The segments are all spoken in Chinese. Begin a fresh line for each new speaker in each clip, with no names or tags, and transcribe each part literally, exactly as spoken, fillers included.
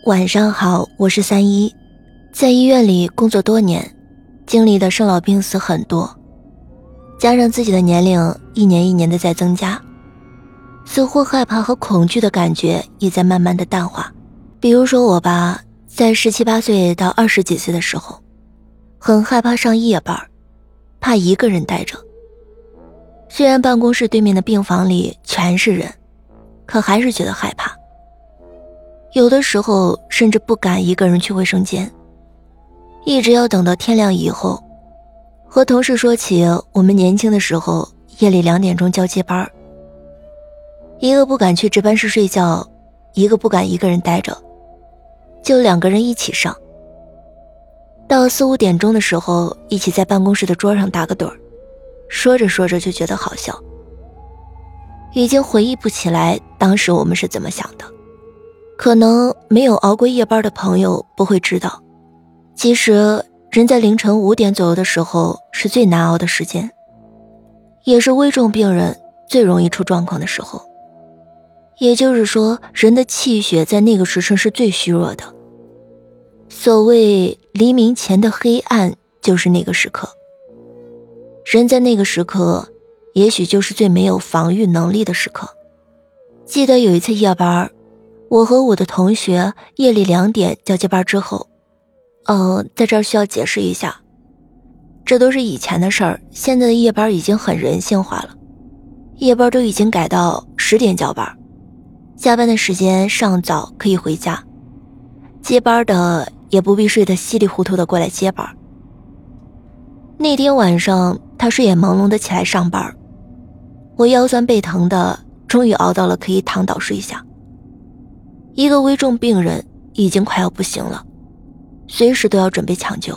晚上好，我是三一，在医院里工作多年，经历的生老病死很多，加上自己的年龄一年一年的在增加，似乎害怕和恐惧的感觉也在慢慢的淡化。比如说我吧，在十七八岁到二十几岁的时候，很害怕上夜班，怕一个人待着。虽然办公室对面的病房里全是人，可还是觉得害怕。有的时候甚至不敢一个人去卫生间，一直要等到天亮以后。和同事说起我们年轻的时候夜里两点钟交接班，一个不敢去值班室睡觉，一个不敢一个人待着，就两个人一起上。到四五点钟的时候，一起在办公室的桌上打个盹儿，说着说着就觉得好笑。已经回忆不起来当时我们是怎么想的，可能没有熬过夜班的朋友不会知道，其实人在凌晨五点左右的时候是最难熬的时间，也是危重病人最容易出状况的时候。也就是说，人的气血在那个时辰是最虚弱的。所谓黎明前的黑暗，就是那个时刻。人在那个时刻，也许就是最没有防御能力的时刻。记得有一次夜班，我和我的同学夜里两点交接班之后，呃，在这儿需要解释一下，这都是以前的事儿，现在的夜班已经很人性化了，夜班都已经改到十点交班，下班的时间尚早，可以回家，接班的也不必睡得稀里糊涂的过来接班。那天晚上他睡眼朦胧的起来上班，我腰酸背疼的终于熬到了可以躺倒睡下。一个危重病人已经快要不行了，随时都要准备抢救，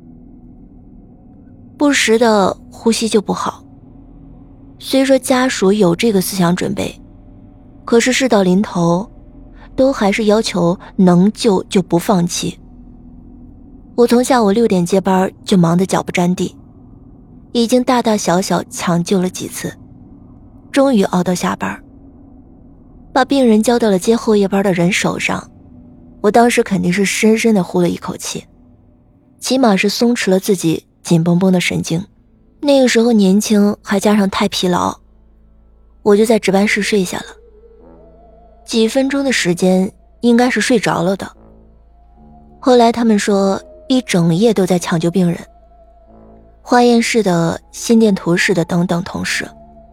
不时的呼吸就不好。虽说家属有这个思想准备，可是事到临头都还是要求能救就不放弃。我从下午六点接班就忙得脚不沾地，已经大大小小抢救了几次，终于熬到下班，把病人交到了接后夜班的人手上。我当时肯定是深深地呼了一口气，起码是松弛了自己紧绷绷的神经。那个时候年轻，还加上太疲劳，我就在值班室睡下了。几分钟的时间应该是睡着了的。后来他们说一整夜都在抢救病人，化验室的、心电图室的等等同事，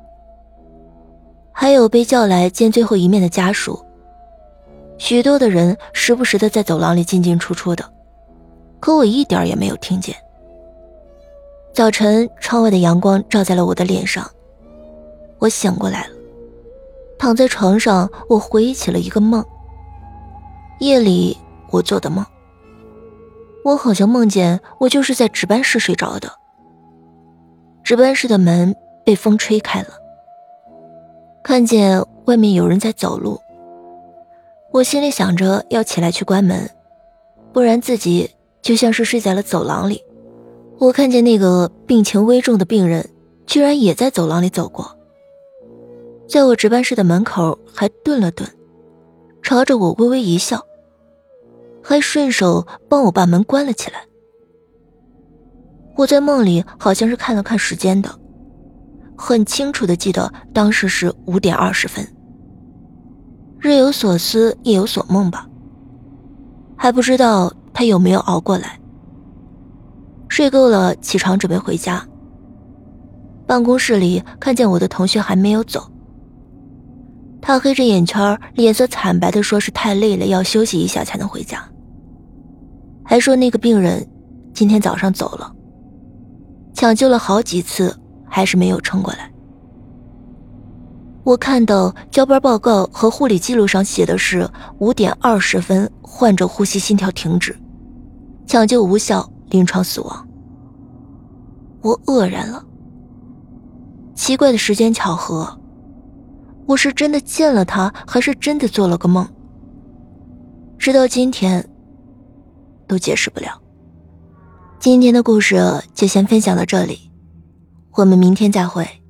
还有被叫来见最后一面的家属，许多的人时不时的在走廊里进进出出的，可我一点也没有听见。早晨窗外的阳光照在了我的脸上，我醒过来了，躺在床上，我回忆起了一个梦。夜里我做的梦，我好像梦见我就是在值班室睡着的。值班室的门被风吹开了，看见外面有人在走路，我心里想着要起来去关门，不然自己就像是睡在了走廊里。我看见那个病情危重的病人居然也在走廊里走过，在我值班室的门口还顿了顿，朝着我微微一笑，还顺手帮我把门关了起来。我在梦里好像是看了看时间的，很清楚地记得当时是五点二十分。日有所思夜有所梦吧，还不知道他有没有熬过来。睡够了，起床准备回家。办公室里看见我的同学还没有走，他黑着眼圈，脸色惨白地说是太累了，要休息一下才能回家，还说那个病人今天早上走了，抢救了好几次还是没有撑过来。我看到交班报告和护理记录上写的是五点二十分，患者呼吸心跳停止，抢救无效，临床死亡。我愕然了，奇怪的时间巧合，我是真的见了他，还是真的做了个梦？直到今天都解释不了。今天的故事就先分享到这里，我们明天再会。